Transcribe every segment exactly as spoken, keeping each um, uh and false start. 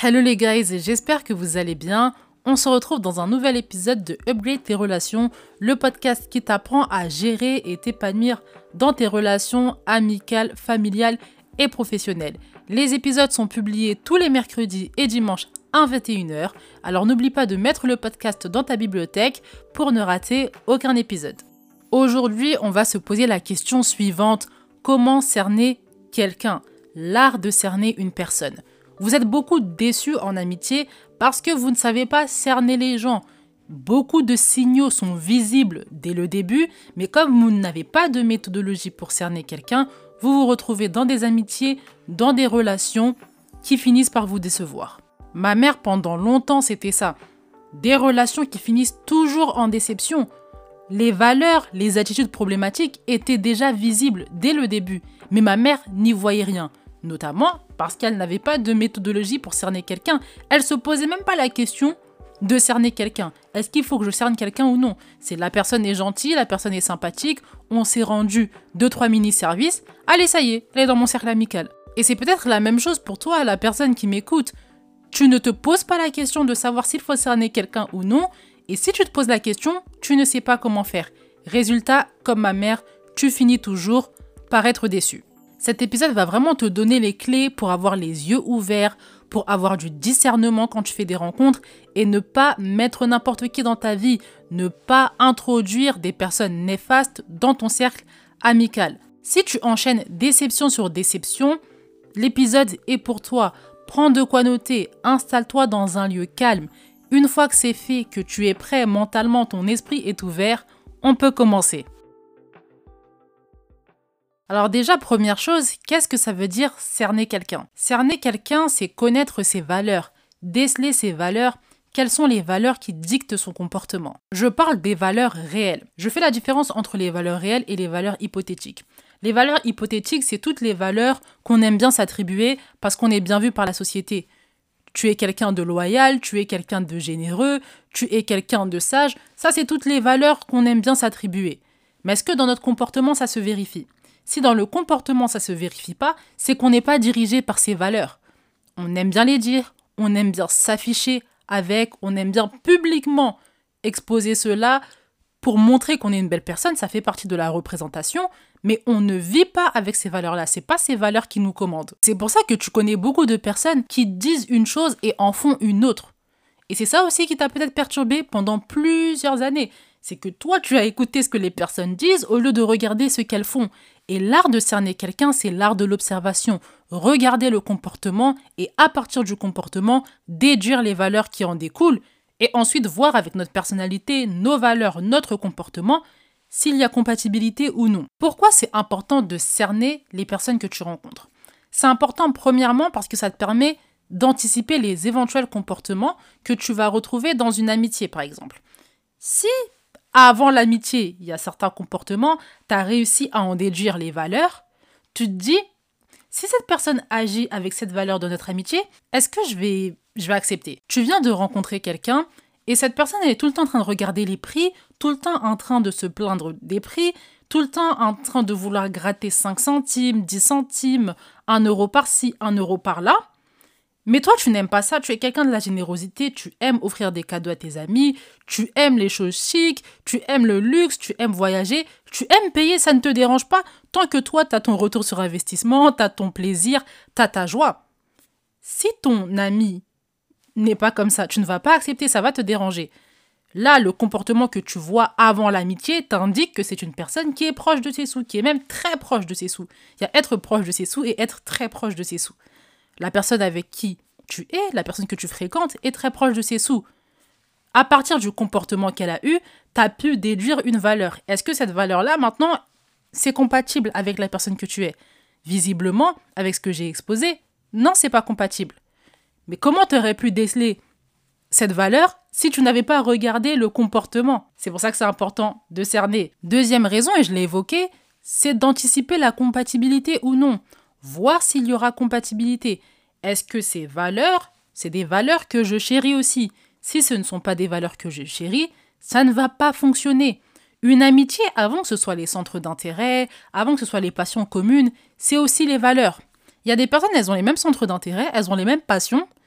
Hello les guys, j'espère que vous allez bien. On se retrouve dans un nouvel épisode de Upgrade tes relations, le podcast qui t'apprend à gérer et t'épanouir dans tes relations amicales, familiales et professionnelles. Les épisodes sont publiés tous les mercredis et dimanches à vingt et une heures, alors n'oublie pas de mettre le podcast dans ta bibliothèque pour ne rater aucun épisode. Aujourd'hui, on va se poser la question suivante: comment cerner quelqu'un? L'art de cerner une personne. Vous êtes beaucoup déçus en amitié parce que vous ne savez pas cerner les gens. Beaucoup de signaux sont visibles dès le début, mais comme vous n'avez pas de méthodologie pour cerner quelqu'un, vous vous retrouvez dans des amitiés, dans des relations qui finissent par vous décevoir. Ma mère, pendant longtemps, c'était ça. Des relations qui finissent toujours en déception. Les valeurs, les attitudes problématiques étaient déjà visibles dès le début, mais ma mère n'y voyait rien. Notamment parce qu'elle n'avait pas de méthodologie pour cerner quelqu'un. Elle se posait même pas la question de cerner quelqu'un. Est-ce qu'il faut que je cerne quelqu'un ou non? C'est la personne est gentille, la personne est sympathique, on s'est rendu deux trois mini-services. Allez, ça y est, elle est dans mon cercle amical. Et c'est peut-être la même chose pour toi, la personne qui m'écoute. Tu ne te poses pas la question de savoir s'il faut cerner quelqu'un ou non. Et si tu te poses la question, tu ne sais pas comment faire. Résultat, comme ma mère, tu finis toujours par être déçu. Cet épisode va vraiment te donner les clés pour avoir les yeux ouverts, pour avoir du discernement quand tu fais des rencontres et ne pas mettre n'importe qui dans ta vie, ne pas introduire des personnes néfastes dans ton cercle amical. Si tu enchaînes déception sur déception, l'épisode est pour toi. Prends de quoi noter, installe-toi dans un lieu calme. Une fois que c'est fait, que tu es prêt mentalement, ton esprit est ouvert, on peut commencer. Alors déjà, première chose, qu'est-ce que ça veut dire cerner quelqu'un? Cerner quelqu'un, c'est connaître ses valeurs, déceler ses valeurs, quelles sont les valeurs qui dictent son comportement. Je parle des valeurs réelles. Je fais la différence entre les valeurs réelles et les valeurs hypothétiques. Les valeurs hypothétiques, c'est toutes les valeurs qu'on aime bien s'attribuer parce qu'on est bien vu par la société. Tu es quelqu'un de loyal, tu es quelqu'un de généreux, tu es quelqu'un de sage. Ça, c'est toutes les valeurs qu'on aime bien s'attribuer. Mais est-ce que dans notre comportement, ça se vérifie? Si dans le comportement, ça ne se vérifie pas, c'est qu'on n'est pas dirigé par ces valeurs. On aime bien les dire, on aime bien s'afficher avec, on aime bien publiquement exposer cela pour montrer qu'on est une belle personne, ça fait partie de la représentation, mais on ne vit pas avec ces valeurs-là, c'est pas ces valeurs qui nous commandent. C'est pour ça que tu connais beaucoup de personnes qui disent une chose et en font une autre. Et c'est ça aussi qui t'a peut-être perturbé pendant plusieurs années. C'est que toi, tu as écouté ce que les personnes disent au lieu de regarder ce qu'elles font. Et l'art de cerner quelqu'un, c'est l'art de l'observation. Regarder le comportement et à partir du comportement, déduire les valeurs qui en découlent et ensuite voir avec notre personnalité, nos valeurs, notre comportement, s'il y a compatibilité ou non. Pourquoi c'est important de cerner les personnes que tu rencontres? C'est important premièrement parce que ça te permet d'anticiper les éventuels comportements que tu vas retrouver dans une amitié, par exemple. Si avant l'amitié, il y a certains comportements, tu as réussi à en déduire les valeurs, tu te dis, si cette personne agit avec cette valeur de notre amitié, est-ce que je vais, je vais accepter? Tu viens de rencontrer quelqu'un et cette personne elle est tout le temps en train de regarder les prix, tout le temps en train de se plaindre des prix, tout le temps en train de vouloir gratter cinq centimes, dix centimes, un euro par-ci, un euro par-là. Mais toi, tu n'aimes pas ça, tu es quelqu'un de la générosité, tu aimes offrir des cadeaux à tes amis, tu aimes les choses chics, tu aimes le luxe, tu aimes voyager, tu aimes payer, ça ne te dérange pas, tant que toi, tu as ton retour sur investissement, tu as ton plaisir, tu as ta joie. Si ton ami n'est pas comme ça, tu ne vas pas accepter, ça va te déranger. Là, le comportement que tu vois avant l'amitié t'indique que c'est une personne qui est proche de ses sous, qui est même très proche de ses sous. Il y a être proche de ses sous et être très proche de ses sous. La personne avec qui tu es, la personne que tu fréquentes, est très proche de ses sous. À partir du comportement qu'elle a eu, tu as pu déduire une valeur. Est-ce que cette valeur-là, maintenant, c'est compatible avec la personne que tu es? Visiblement, avec ce que j'ai exposé, non, c'est pas compatible. Mais comment tu aurais pu déceler cette valeur si tu n'avais pas regardé le comportement? C'est pour ça que c'est important de cerner. Deuxième raison, et je l'ai évoqué, c'est d'anticiper la compatibilité ou non. Voir s'il y aura compatibilité. Est-ce que ces valeurs, c'est des valeurs que je chéris aussi? Si ce ne sont pas des valeurs que je chéris, ça ne va pas fonctionner. Une amitié, avant que ce soit les centres d'intérêt, avant que ce soit les passions communes, c'est aussi les valeurs. Il y a des personnes, elles ont les mêmes centres d'intérêt, elles ont les mêmes passions,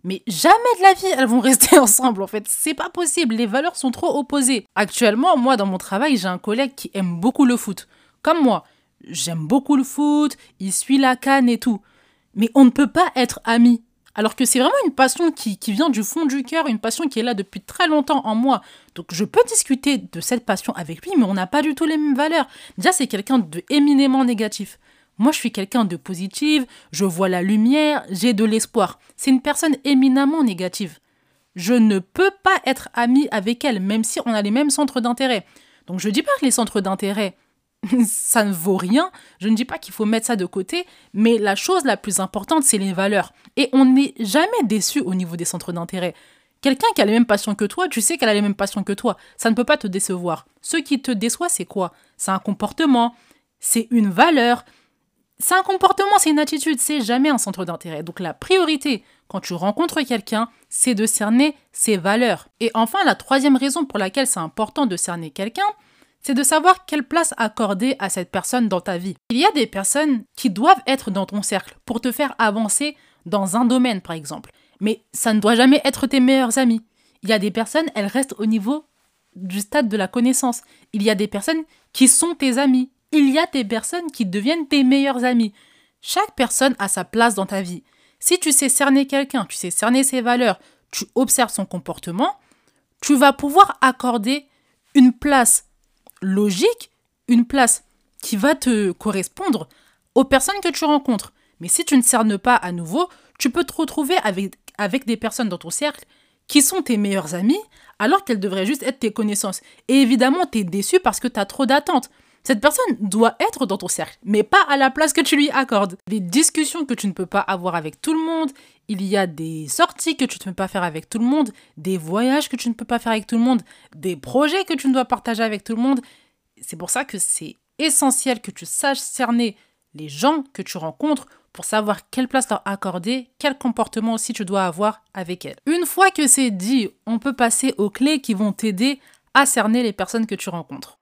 mais jamais de la vie elles vont rester ensemble en fait. C'est pas possible, les valeurs sont trop opposées. Actuellement, moi dans mon travail, j'ai un collègue qui aime beaucoup le foot. Comme moi, j'aime beaucoup le foot, il suit la CAN et tout. Mais on ne peut pas être amis. Alors que c'est vraiment une passion qui, qui vient du fond du cœur, une passion qui est là depuis très longtemps en moi. Donc je peux discuter de cette passion avec lui, mais on n'a pas du tout les mêmes valeurs. Déjà, c'est quelqu'un de éminemment négatif. Moi, je suis quelqu'un de positif, je vois la lumière, j'ai de l'espoir. C'est une personne éminemment négative. Je ne peux pas être ami avec elle, même si on a les mêmes centres d'intérêt. Donc je ne dis pas que les centres d'intérêt, ça ne vaut rien. Je ne dis pas qu'il faut mettre ça de côté, mais la chose la plus importante, c'est les valeurs. Et on n'est jamais déçu au niveau des centres d'intérêt. Quelqu'un qui a les mêmes passions que toi, tu sais qu'elle a les mêmes passions que toi. Ça ne peut pas te décevoir. Ce qui te déçoit, c'est quoi? C'est un comportement, c'est une valeur, c'est un comportement, c'est une attitude, c'est jamais un centre d'intérêt. Donc la priorité, quand tu rencontres quelqu'un, c'est de cerner ses valeurs. Et enfin, la troisième raison pour laquelle c'est important de cerner quelqu'un, c'est de savoir quelle place accorder à cette personne dans ta vie. Il y a des personnes qui doivent être dans ton cercle pour te faire avancer dans un domaine, par exemple. Mais ça ne doit jamais être tes meilleurs amis. Il y a des personnes, elles restent au niveau du stade de la connaissance. Il y a des personnes qui sont tes amis. Il y a des personnes qui deviennent tes meilleurs amis. Chaque personne a sa place dans ta vie. Si tu sais cerner quelqu'un, tu sais cerner ses valeurs, tu observes son comportement, tu vas pouvoir accorder une place logique, une place qui va te correspondre aux personnes que tu rencontres. Mais si tu ne cernes pas à nouveau, tu peux te retrouver avec, avec des personnes dans ton cercle qui sont tes meilleurs amis, alors qu'elles devraient juste être tes connaissances. Et évidemment, tu es déçu parce que tu as trop d'attentes. Cette personne doit être dans ton cercle, mais pas à la place que tu lui accordes. Des discussions que tu ne peux pas avoir avec tout le monde, il y a des sorties que tu ne peux pas faire avec tout le monde, des voyages que tu ne peux pas faire avec tout le monde, des projets que tu ne dois partager avec tout le monde. C'est pour ça que c'est essentiel que tu saches cerner les gens que tu rencontres pour savoir quelle place leur accorder, quel comportement aussi tu dois avoir avec elles. Une fois que c'est dit, on peut passer aux clés qui vont t'aider à cerner les personnes que tu rencontres.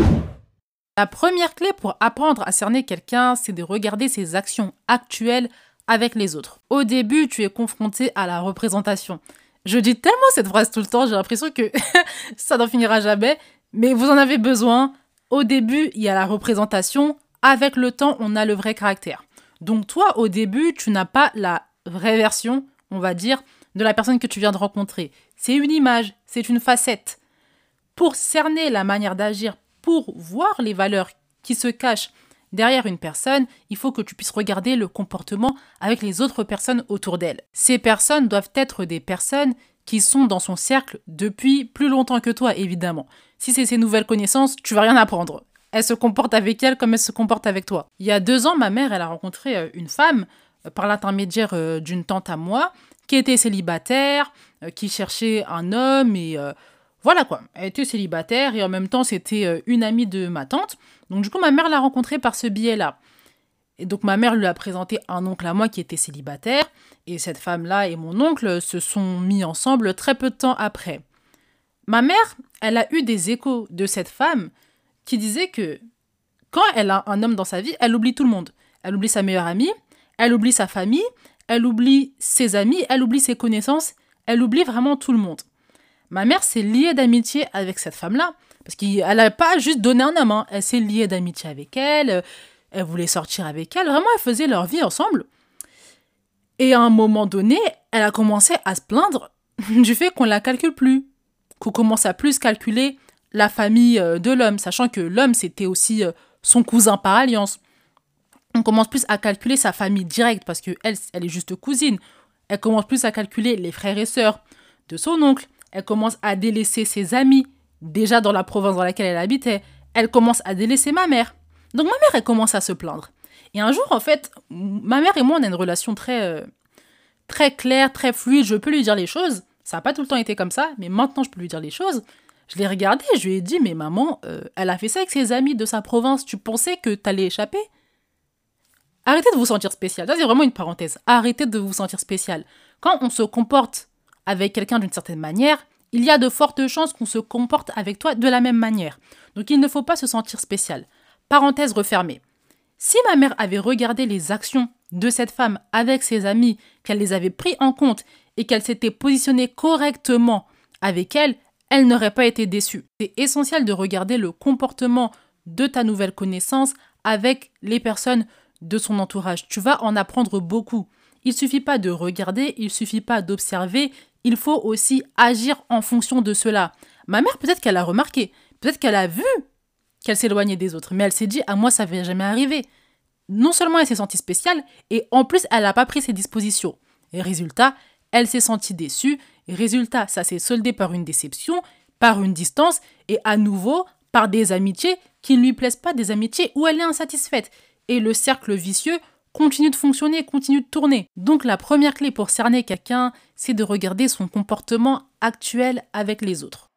La première clé pour apprendre à cerner quelqu'un, c'est de regarder ses actions actuelles avec les autres. Au début, tu es confronté à la représentation. Je dis tellement cette phrase tout le temps, j'ai l'impression que ça n'en finira jamais, mais vous en avez besoin. Au début, il y a la représentation. Avec le temps, on a le vrai caractère. Donc toi, au début, tu n'as pas la vraie version, on va dire, de la personne que tu viens de rencontrer. C'est une image, c'est une facette. Pour cerner la manière d'agir, pour voir les valeurs qui se cachent derrière une personne, il faut que tu puisses regarder le comportement avec les autres personnes autour d'elle. Ces personnes doivent être des personnes qui sont dans son cercle depuis plus longtemps que toi, évidemment. Si c'est ses nouvelles connaissances, tu vas rien apprendre. Elle se comporte avec elle comme elle se comporte avec toi. Il y a deux ans, ma mère, elle a rencontré une femme par l'intermédiaire d'une tante à moi qui était célibataire, qui cherchait un homme et... Euh, Voilà quoi, elle était célibataire et en même temps c'était une amie de ma tante. Donc du coup ma mère l'a rencontrée par ce biais-là. Et donc ma mère lui a présenté un oncle à moi qui était célibataire. Et cette femme-là et mon oncle se sont mis ensemble très peu de temps après. Ma mère, elle a eu des échos de cette femme qui disait que quand elle a un homme dans sa vie, elle oublie tout le monde. Elle oublie sa meilleure amie, elle oublie sa famille, elle oublie ses amis, elle oublie ses connaissances, elle oublie vraiment tout le monde. Ma mère s'est liée d'amitié avec cette femme-là, parce qu'elle n'a pas juste donné un homme, hein. Elle s'est liée d'amitié avec elle, elle voulait sortir avec elle, vraiment, elles faisaient leur vie ensemble. Et à un moment donné, elle a commencé à se plaindre du fait qu'on ne la calcule plus, qu'on commence à plus calculer la famille de l'homme, sachant que l'homme, c'était aussi son cousin par alliance. On commence plus à calculer sa famille directe, parce qu'elle, elle est juste cousine. Elle commence plus à calculer les frères et sœurs de son oncle. Elle commence à délaisser ses amis, déjà dans la province dans laquelle elle habitait. Elle commence à délaisser ma mère. Donc ma mère, elle commence à se plaindre. Et un jour, en fait, ma mère et moi, on a une relation très, euh, très claire, très fluide. Je peux lui dire les choses. Ça n'a pas tout le temps été comme ça, mais maintenant, je peux lui dire les choses. Je l'ai regardée, je lui ai dit, mais maman, euh, elle a fait ça avec ses amis de sa province. Tu pensais que t'allais échapper? Arrêtez de vous sentir spécial. Ça, c'est vraiment une parenthèse. Arrêtez de vous sentir spécial. Quand on se comporte avec quelqu'un d'une certaine manière, il y a de fortes chances qu'on se comporte avec toi de la même manière. Donc il ne faut pas se sentir spécial. Parenthèse refermée. Si ma mère avait regardé les actions de cette femme avec ses amis, qu'elle les avait pris en compte et qu'elle s'était positionnée correctement avec elle, elle n'aurait pas été déçue. C'est essentiel de regarder le comportement de ta nouvelle connaissance avec les personnes de son entourage. Tu vas en apprendre beaucoup. Il ne suffit pas de regarder, il ne suffit pas d'observer, il faut aussi agir en fonction de cela. Ma mère, peut-être qu'elle a remarqué, peut-être qu'elle a vu qu'elle s'éloignait des autres, mais elle s'est dit « Ah, moi, ça ne va jamais arriver ». Non seulement elle s'est sentie spéciale, et en plus, elle n'a pas pris ses dispositions. Et résultat, elle s'est sentie déçue. Et résultat, ça s'est soldé par une déception, par une distance, et à nouveau, par des amitiés qui ne lui plaisent pas, des amitiés où elle est insatisfaite. Et le cercle vicieux continue de fonctionner, continue de tourner. Donc la première clé pour cerner quelqu'un, c'est de regarder son comportement actuel avec les autres.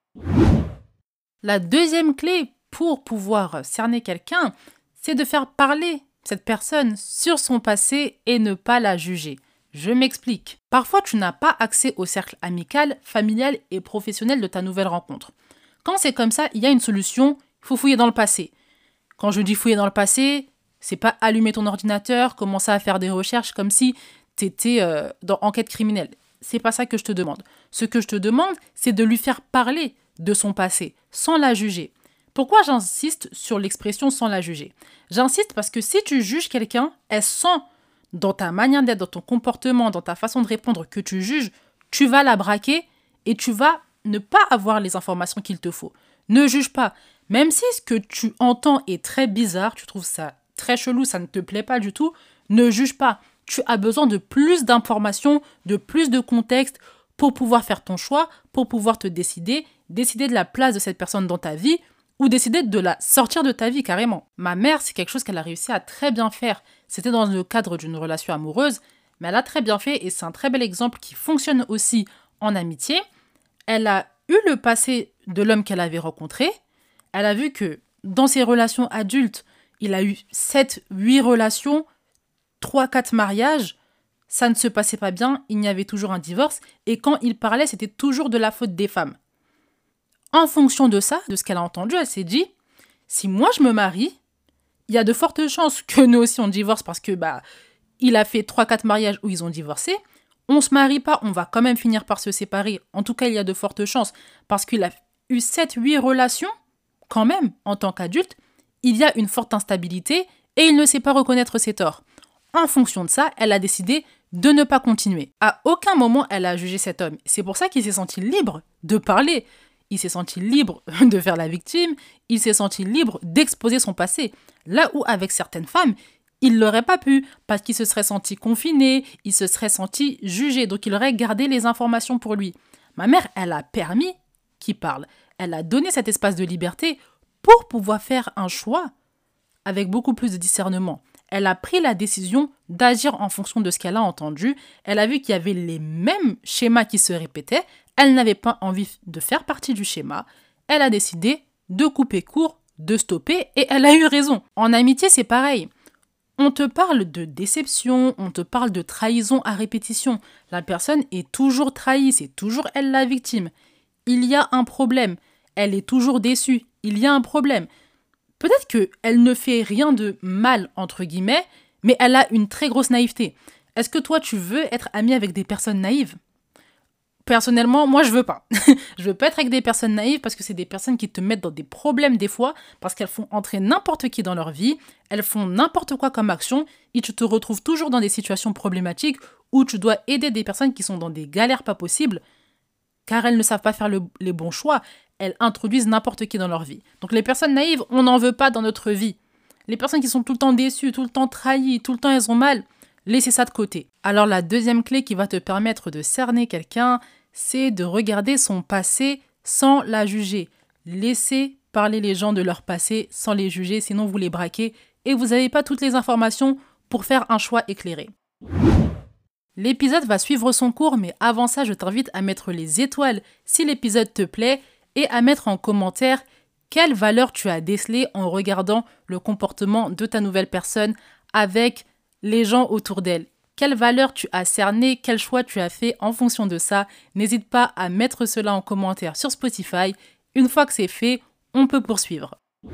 La deuxième clé pour pouvoir cerner quelqu'un, c'est de faire parler cette personne sur son passé et ne pas la juger. Je m'explique. Parfois, tu n'as pas accès au cercle amical, familial et professionnel de ta nouvelle rencontre. Quand c'est comme ça, il y a une solution, il faut fouiller dans le passé. Quand je dis fouiller dans le passé, c'est pas allumer ton ordinateur, commencer à faire des recherches comme si tu étais euh, dans enquête criminelle. C'est pas ça que je te demande. Ce que je te demande, c'est de lui faire parler de son passé, sans la juger. Pourquoi j'insiste sur l'expression sans la juger? J'insiste parce que si tu juges quelqu'un, elle sent dans ta manière d'être, dans ton comportement, dans ta façon de répondre que tu juges, tu vas la braquer et tu vas ne pas avoir les informations qu'il te faut. Ne juge pas. Même si ce que tu entends est très bizarre, tu trouves ça très chelou, ça ne te plaît pas du tout, ne juge pas. Tu as besoin de plus d'informations, de plus de contexte pour pouvoir faire ton choix, pour pouvoir te décider, décider de la place de cette personne dans ta vie ou décider de la sortir de ta vie carrément. Ma mère, c'est quelque chose qu'elle a réussi à très bien faire. C'était dans le cadre d'une relation amoureuse, mais elle a très bien fait et c'est un très bel exemple qui fonctionne aussi en amitié. Elle a eu le passé de l'homme qu'elle avait rencontré. Elle a vu que dans ses relations adultes, il a eu sept, huit relations, trois, quatre mariages. Ça ne se passait pas bien, il y avait toujours un divorce. Et quand il parlait, c'était toujours de la faute des femmes. En fonction de ça, de ce qu'elle a entendu, elle s'est dit, si moi je me marie, il y a de fortes chances que nous aussi on divorce parce que bah il a fait trois quatre mariages où ils ont divorcé. On se marie pas, on va quand même finir par se séparer. En tout cas, il y a de fortes chances parce qu'il a eu sept huit relations quand même en tant qu'adulte. Il y a une forte instabilité et il ne sait pas reconnaître ses torts. En fonction de ça, elle a décidé de ne pas continuer. À aucun moment, elle a jugé cet homme. C'est pour ça qu'il s'est senti libre de parler. Il s'est senti libre de faire la victime. Il s'est senti libre d'exposer son passé. Là où, avec certaines femmes, il ne l'aurait pas pu parce qu'il se serait senti confiné, il se serait senti jugé. Donc, il aurait gardé les informations pour lui. Ma mère, elle a permis qu'il parle. Elle a donné cet espace de liberté pour pouvoir faire un choix avec beaucoup plus de discernement. Elle a pris la décision d'agir en fonction de ce qu'elle a entendu. Elle a vu qu'il y avait les mêmes schémas qui se répétaient. Elle n'avait pas envie de faire partie du schéma. Elle a décidé de couper court, de stopper, et elle a eu raison. En amitié, c'est pareil. On te parle de déception, on te parle de trahison à répétition. La personne est toujours trahie, c'est toujours elle la victime. Il y a un problème. Elle est toujours déçue. Il y a un problème. Peut-être qu'elle ne fait rien de mal, entre guillemets, mais elle a une très grosse naïveté. Est-ce que toi, tu veux être amie avec des personnes naïves? Personnellement, moi, je veux pas. Je veux pas être avec des personnes naïves parce que c'est des personnes qui te mettent dans des problèmes des fois, parce qu'elles font entrer n'importe qui dans leur vie, elles font n'importe quoi comme action, et tu te retrouves toujours dans des situations problématiques où tu dois aider des personnes qui sont dans des galères pas possibles, car elles ne savent pas faire le, les bons choix. Elles introduisent n'importe qui dans leur vie. Donc les personnes naïves, on n'en veut pas dans notre vie. Les personnes qui sont tout le temps déçues, tout le temps trahies, tout le temps elles ont mal, laissez ça de côté. Alors la deuxième clé qui va te permettre de cerner quelqu'un, c'est de regarder son passé sans la juger. Laissez parler les gens de leur passé sans les juger, sinon vous les braquez et vous n'avez pas toutes les informations pour faire un choix éclairé. L'épisode va suivre son cours, mais avant ça, je t'invite à mettre les étoiles si l'épisode te plaît et à mettre en commentaire quelle valeur tu as décelée en regardant le comportement de ta nouvelle personne avec les gens autour d'elle. Quelle valeur tu as cerné, quel choix tu as fait en fonction de ça. N'hésite pas à mettre cela en commentaire sur Spotify. Une fois que c'est fait, on peut poursuivre.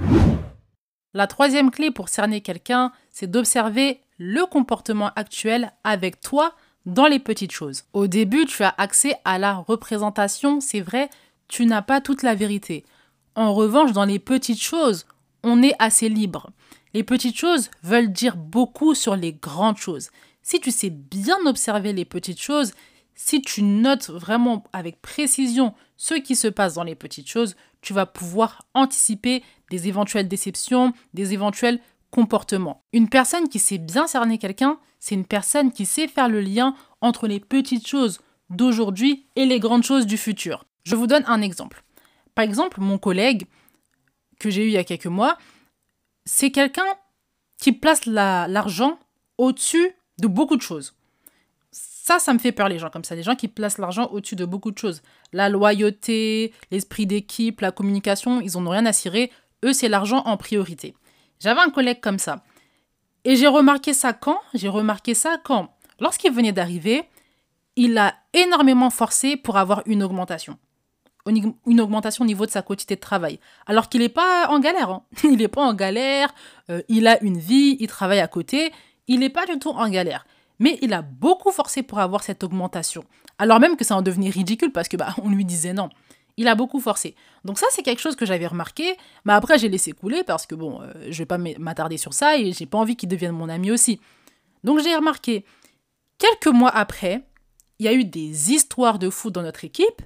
La troisième clé pour cerner quelqu'un, c'est d'observer le comportement actuel avec toi dans les petites choses. Au début, tu as accès à la représentation, c'est vrai, tu n'as pas toute la vérité. En revanche, dans les petites choses, on est assez libre. Les petites choses veulent dire beaucoup sur les grandes choses. Si tu sais bien observer les petites choses, si tu notes vraiment avec précision ce qui se passe dans les petites choses, tu vas pouvoir anticiper des éventuelles déceptions, des éventuels comportements. Une personne qui sait bien cerner quelqu'un, c'est une personne qui sait faire le lien entre les petites choses d'aujourd'hui et les grandes choses du futur. Je vous donne un exemple. Par exemple, mon collègue que j'ai eu il y a quelques mois, c'est quelqu'un qui place la, l'argent au-dessus de beaucoup de choses. Ça, ça me fait peur, les gens comme ça. Les gens qui placent l'argent au-dessus de beaucoup de choses. La loyauté, l'esprit d'équipe, la communication, ils n'en ont rien à cirer. Eux, c'est l'argent en priorité. J'avais un collègue comme ça. Et j'ai remarqué ça quand J'ai remarqué ça quand, lorsqu'il venait d'arriver, il a énormément forcé pour avoir une augmentation. Une augmentation au niveau de sa quantité de travail. Alors qu'il n'est pas en galère. Hein. Il n'est pas en galère. Euh, il a une vie, il travaille à côté. Il n'est pas du tout en galère. Mais il a beaucoup forcé pour avoir cette augmentation. Alors même que ça en devenait ridicule parce que bah, on lui disait non. Il a beaucoup forcé. Donc ça, c'est quelque chose que j'avais remarqué. Mais après, j'ai laissé couler parce que bon, euh, je ne vais pas m'attarder sur ça et j'ai pas envie qu'il devienne mon ami aussi. Donc j'ai remarqué. Quelques mois après, il y a eu des histoires de fou dans notre équipe.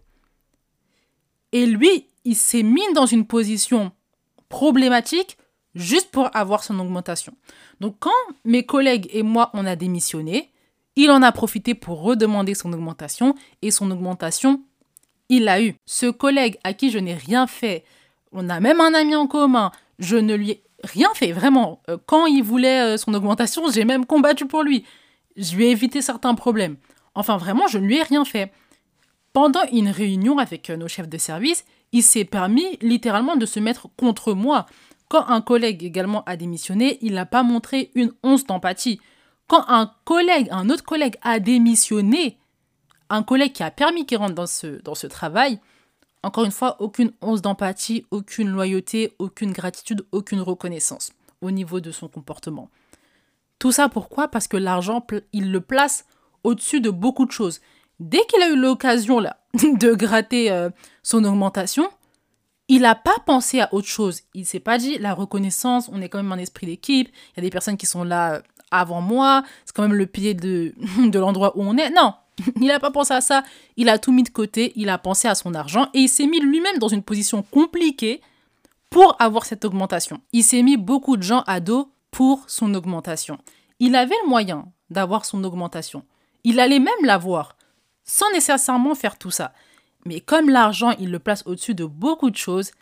Et lui, il s'est mis dans une position problématique juste pour avoir son augmentation. Donc, quand mes collègues et moi, on a démissionné, il en a profité pour redemander son augmentation et son augmentation, il l'a eu. Ce collègue à qui je n'ai rien fait, on a même un ami en commun, je ne lui ai rien fait, vraiment. Quand il voulait son augmentation, j'ai même combattu pour lui. Je lui ai évité certains problèmes. Enfin, vraiment, je ne lui ai rien fait. Pendant une réunion avec nos chefs de service, il s'est permis littéralement de se mettre contre moi. Quand un collègue également a démissionné, il n'a pas montré une once d'empathie. Quand un collègue, un autre collègue a démissionné, un collègue qui a permis qu'il rentre dans ce, dans ce travail, encore une fois, aucune once d'empathie, aucune loyauté, aucune gratitude, aucune reconnaissance au niveau de son comportement. Tout ça pourquoi ? Parce que l'argent, il le place au-dessus de beaucoup de choses. Dès qu'il a eu l'occasion là, de gratter euh, son augmentation, il n'a pas pensé à autre chose. Il ne s'est pas dit la reconnaissance, on est quand même un esprit d'équipe, il y a des personnes qui sont là avant moi, c'est quand même le pied de, de l'endroit où on est. Non, il n'a pas pensé à ça, il a tout mis de côté, il a pensé à son argent et il s'est mis lui-même dans une position compliquée pour avoir cette augmentation. Il s'est mis beaucoup de gens à dos pour son augmentation. Il avait le moyen d'avoir son augmentation. Il allait même l'avoir, sans nécessairement faire tout ça. Mais comme l'argent, il le place au-dessus de beaucoup de choses,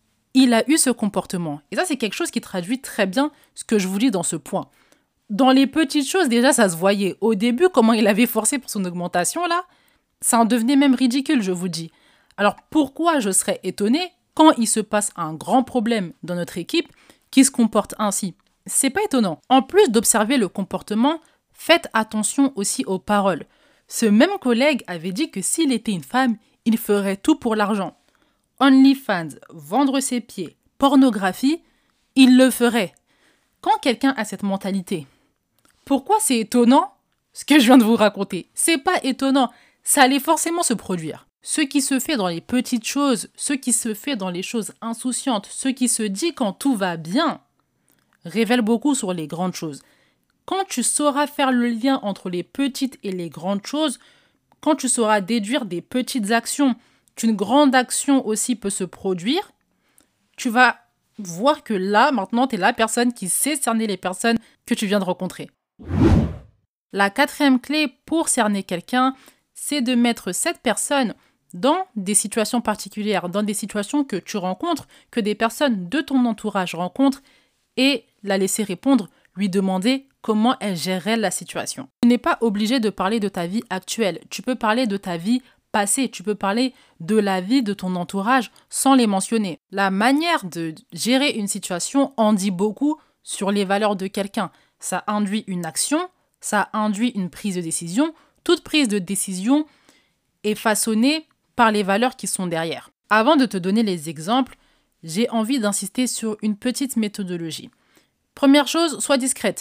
il a eu ce comportement. Et ça, c'est quelque chose qui traduit très bien ce que je vous dis dans ce point. Dans les petites choses, déjà, ça se voyait. Au début, comment il avait forcé pour son augmentation, là, ça en devenait même ridicule, je vous dis. Alors, pourquoi je serais étonnée quand il se passe un grand problème dans notre équipe qui se comporte ainsi ? C'est pas étonnant. En plus d'observer le comportement, faites attention aussi aux paroles. Ce même collègue avait dit que s'il était une femme, il ferait tout pour l'argent. OnlyFans, vendre ses pieds, pornographie, il le ferait. Quand quelqu'un a cette mentalité, pourquoi c'est étonnant ce que je viens de vous raconter ? C'est pas étonnant, ça allait forcément se produire. Ce qui se fait dans les petites choses, ce qui se fait dans les choses insouciantes, ce qui se dit quand tout va bien, révèle beaucoup sur les grandes choses. Quand tu sauras faire le lien entre les petites et les grandes choses, quand tu sauras déduire des petites actions, qu'une grande action aussi peut se produire, tu vas voir que là, maintenant, tu es la personne qui sait cerner les personnes que tu viens de rencontrer. La quatrième clé pour cerner quelqu'un, c'est de mettre cette personne dans des situations particulières, dans des situations que tu rencontres, que des personnes de ton entourage rencontrent, et la laisser répondre, lui demander comment elle gérerait la situation. Tu n'es pas obligé de parler de ta vie actuelle. Tu peux parler de ta vie passée. Tu peux parler de la vie de ton entourage sans les mentionner. La manière de gérer une situation en dit beaucoup sur les valeurs de quelqu'un. Ça induit une action, ça induit une prise de décision. Toute prise de décision est façonnée par les valeurs qui sont derrière. Avant de te donner les exemples, j'ai envie d'insister sur une petite méthodologie. Première chose, sois discrète.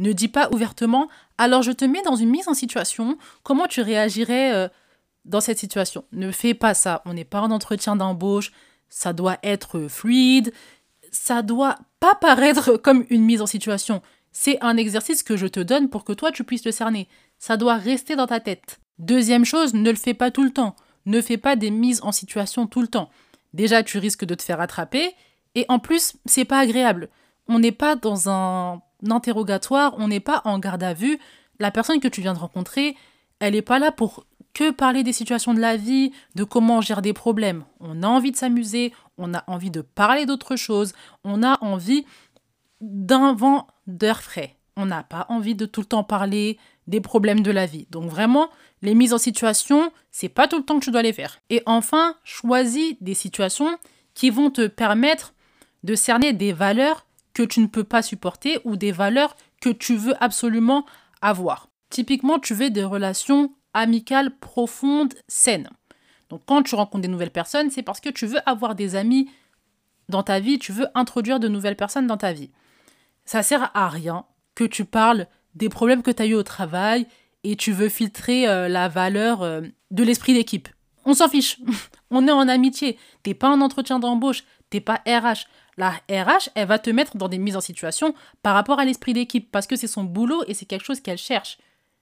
Ne dis pas ouvertement, alors je te mets dans une mise en situation, comment tu réagirais euh, dans cette situation? Ne fais pas ça, on n'est pas en entretien d'embauche, ça doit être fluide, ça doit pas paraître comme une mise en situation. C'est un exercice que je te donne pour que toi tu puisses le cerner. Ça doit rester dans ta tête. Deuxième chose, ne le fais pas tout le temps. Ne fais pas des mises en situation tout le temps. Déjà, tu risques de te faire attraper et en plus, c'est pas agréable. On n'est pas dans un interrogatoire, on n'est pas en garde à vue. La personne que tu viens de rencontrer, elle n'est pas là pour que parler des situations de la vie, de comment on gère des problèmes. On a envie de s'amuser, on a envie de parler d'autre chose, on a envie d'un vent d'air frais. On n'a pas envie de tout le temps parler des problèmes de la vie. Donc vraiment, les mises en situation, c'est pas tout le temps que tu dois les faire. Et enfin, choisis des situations qui vont te permettre de cerner des valeurs que tu ne peux pas supporter ou des valeurs que tu veux absolument avoir. Typiquement, tu veux des relations amicales profondes, saines. Donc quand tu rencontres des nouvelles personnes, c'est parce que tu veux avoir des amis dans ta vie, tu veux introduire de nouvelles personnes dans ta vie. Ça sert à rien que tu parles des problèmes que tu as eu au travail et tu veux filtrer euh, la valeur euh, de l'esprit d'équipe. On s'en fiche. On est en amitié. T'es pas en entretien d'embauche. T'es pas R H. La R H, elle va te mettre dans des mises en situation par rapport à l'esprit d'équipe parce que c'est son boulot et c'est quelque chose qu'elle cherche.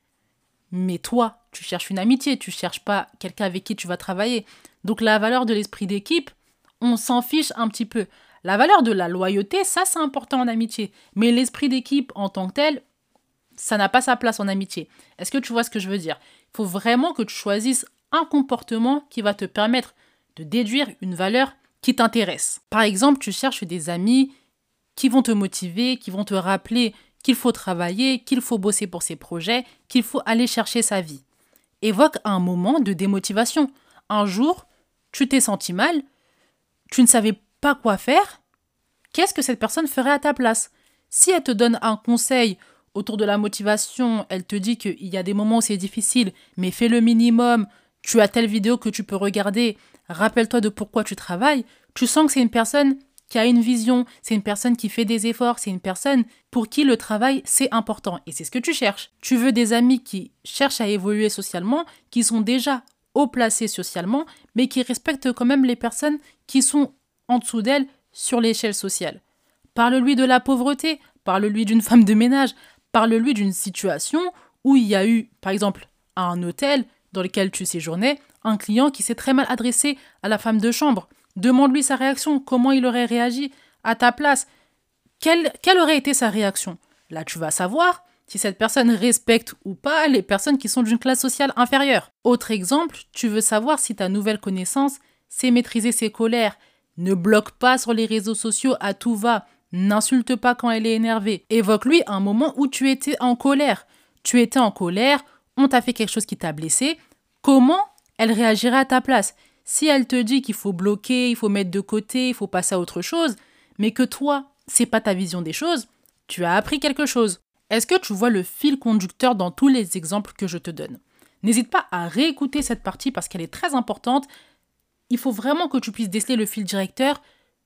Mais toi, tu cherches une amitié. Tu cherches pas quelqu'un avec qui tu vas travailler. Donc la valeur de l'esprit d'équipe, on s'en fiche un petit peu. La valeur de la loyauté, ça c'est important en amitié. Mais l'esprit d'équipe en tant que tel, ça n'a pas sa place en amitié. Est-ce que tu vois ce que je veux dire? Il faut vraiment que tu choisisses un comportement qui va te permettre de déduire une valeur qui t'intéresse. Par exemple, tu cherches des amis qui vont te motiver, qui vont te rappeler qu'il faut travailler, qu'il faut bosser pour ses projets, qu'il faut aller chercher sa vie. Évoque un moment de démotivation. Un jour, tu t'es senti mal, tu ne savais pas quoi faire. Qu'est-ce que cette personne ferait à ta place? Si elle te donne un conseil autour de la motivation, elle te dit qu'il y a des moments où c'est difficile, mais fais le minimum, tu as telle vidéo que tu peux regarder, rappelle-toi de pourquoi tu travailles, tu sens que c'est une personne qui a une vision, c'est une personne qui fait des efforts, c'est une personne pour qui le travail, c'est important. Et c'est ce que tu cherches. Tu veux des amis qui cherchent à évoluer socialement, qui sont déjà haut placés socialement, mais qui respectent quand même les personnes qui sont en dessous d'elles sur l'échelle sociale. Parle-lui de la pauvreté, parle-lui d'une femme de ménage, parle-lui d'une situation où il y a eu, par exemple, à un hôtel dans lequel tu séjournais, un client qui s'est très mal adressé à la femme de chambre. Demande-lui sa réaction, comment il aurait réagi à ta place. Quelle, quelle aurait été sa réaction? Là, tu vas savoir si cette personne respecte ou pas les personnes qui sont d'une classe sociale inférieure. Autre exemple, tu veux savoir si ta nouvelle connaissance sait maîtriser ses colères. Ne bloque pas sur les réseaux sociaux à tout va. N'insulte pas quand elle est énervée. Évoque-lui un moment où tu étais en colère. Tu étais en colère, on t'a fait quelque chose qui t'a blessé. Comment elle réagirait à ta place? Si elle te dit qu'il faut bloquer, il faut mettre de côté, il faut passer à autre chose, mais que toi, c'est pas ta vision des choses, tu as appris quelque chose. Est-ce que tu vois le fil conducteur dans tous les exemples que je te donne? N'hésite pas à réécouter cette partie parce qu'elle est très importante. Il faut vraiment que tu puisses déceler le fil directeur,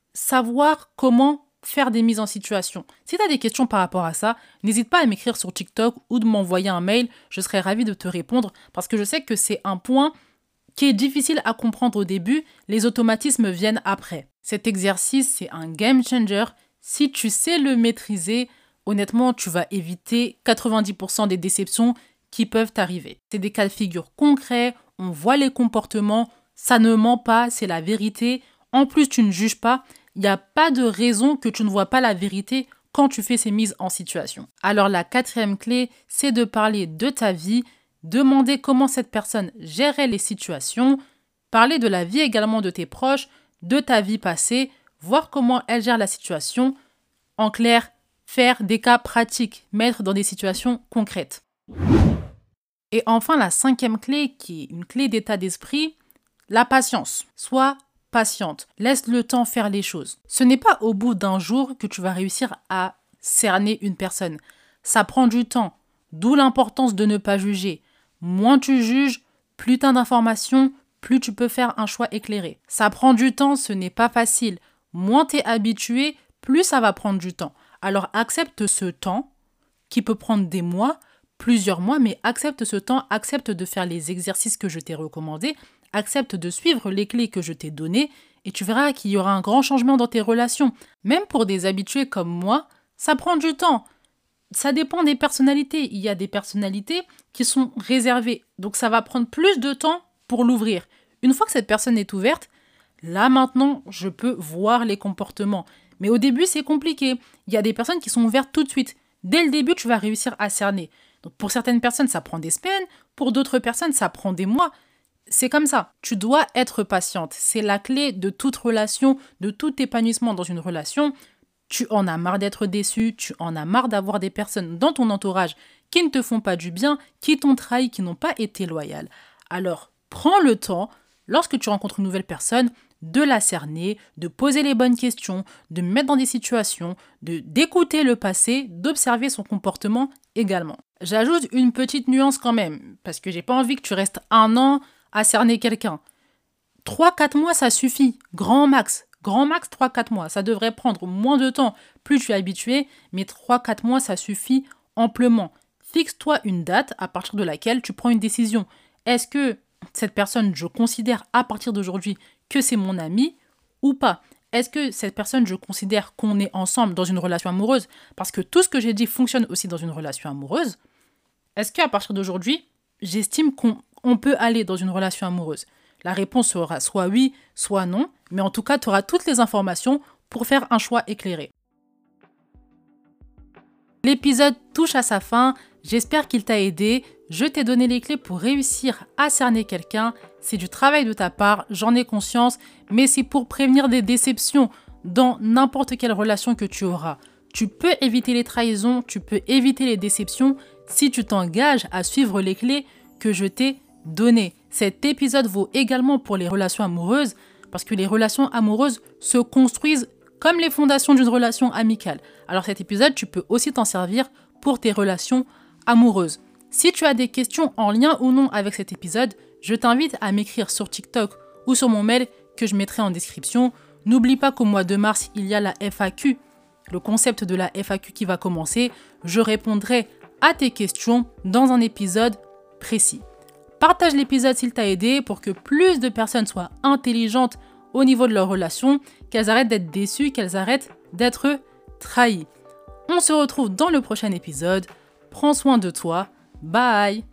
savoir comment faire des mises en situation. Si tu as des questions par rapport à ça, n'hésite pas à m'écrire sur TikTok ou de m'envoyer un mail. Je serai ravie de te répondre parce que je sais que c'est un point qui est difficile à comprendre au début. Les automatismes viennent après. Cet exercice, c'est un game changer. Si tu sais le maîtriser, honnêtement, tu vas éviter quatre-vingt-dix pour cent des déceptions qui peuvent t'arriver. C'est des cas de figure concrets, on voit les comportements, ça ne ment pas, c'est la vérité. En plus, tu ne juges pas. Il n'y a pas de raison que tu ne vois pas la vérité quand tu fais ces mises en situation. Alors la quatrième clé, c'est de parler de ta vie, demander comment cette personne gérait les situations, parler de la vie également de tes proches, de ta vie passée, voir comment elle gère la situation. En clair, faire des cas pratiques, mettre dans des situations concrètes. Et enfin, la cinquième clé, qui est une clé d'état d'esprit, la patience. Sois patiente, laisse le temps faire les choses. Ce n'est pas au bout d'un jour que tu vas réussir à cerner une personne. Ça prend du temps, d'où l'importance de ne pas juger. Moins tu juges, plus tu as d'informations, plus tu peux faire un choix éclairé. Ça prend du temps, ce n'est pas facile. Moins tu es habitué, plus ça va prendre du temps. Alors accepte ce temps qui peut prendre des mois, plusieurs mois, mais accepte ce temps, accepte de faire les exercices que je t'ai recommandés, accepte de suivre les clés que je t'ai données et tu verras qu'il y aura un grand changement dans tes relations. Même pour des habitués comme moi, ça prend du temps. Ça dépend des personnalités. Il y a des personnalités qui sont réservées. Donc ça va prendre plus de temps pour l'ouvrir. Une fois que cette personne est ouverte, là maintenant, je peux voir les comportements. Mais au début, c'est compliqué. Il y a des personnes qui sont ouvertes tout de suite. Dès le début, tu vas réussir à cerner. Donc pour certaines personnes, ça prend des semaines. Pour d'autres personnes, ça prend des mois. C'est comme ça. Tu dois être patiente. C'est la clé de toute relation, de tout épanouissement dans une relation. Tu en as marre d'être déçu, tu en as marre d'avoir des personnes dans ton entourage qui ne te font pas du bien, qui t'ont trahi, qui n'ont pas été loyales. Alors, prends le temps, lorsque tu rencontres une nouvelle personne, de la cerner, de poser les bonnes questions, de mettre dans des situations, de d'écouter le passé, d'observer son comportement également. J'ajoute une petite nuance quand même, parce que j'ai pas envie que tu restes un an à cerner quelqu'un. trois à quatre mois, ça suffit, grand max. Grand max, trois à quatre mois. Ça devrait prendre moins de temps, plus tu es habitué, mais trois à quatre mois, ça suffit amplement. Fixe-toi une date à partir de laquelle tu prends une décision. Est-ce que cette personne, je considère à partir d'aujourd'hui que c'est mon ami ou pas? Est-ce que cette personne, je considère qu'on est ensemble dans une relation amoureuse? Parce que tout ce que j'ai dit fonctionne aussi dans une relation amoureuse. Est-ce qu'à partir d'aujourd'hui, j'estime qu'on on peut aller dans une relation amoureuse? La réponse sera soit oui, soit non, mais en tout cas, tu auras toutes les informations pour faire un choix éclairé. L'épisode touche à sa fin, j'espère qu'il t'a aidé. Je t'ai donné les clés pour réussir à cerner quelqu'un. C'est du travail de ta part, j'en ai conscience, mais c'est pour prévenir des déceptions dans n'importe quelle relation que tu auras. Tu peux éviter les trahisons, tu peux éviter les déceptions si tu t'engages à suivre les clés que je t'ai données. Cet épisode vaut également pour les relations amoureuses, parce que les relations amoureuses se construisent comme les fondations d'une relation amicale. Alors cet épisode, tu peux aussi t'en servir pour tes relations amoureuses. Si tu as des questions en lien ou non avec cet épisode, je t'invite à m'écrire sur TikTok ou sur mon mail que je mettrai en description. N'oublie pas qu'au mois de mars, il y a la F A Q, le concept de la F A Q qui va commencer. Je répondrai à tes questions dans un épisode précis. Partage l'épisode s'il t'a aidé pour que plus de personnes soient intelligentes au niveau de leur relation, qu'elles arrêtent d'être déçues, qu'elles arrêtent d'être trahies. On se retrouve dans le prochain épisode. Prends soin de toi. Bye!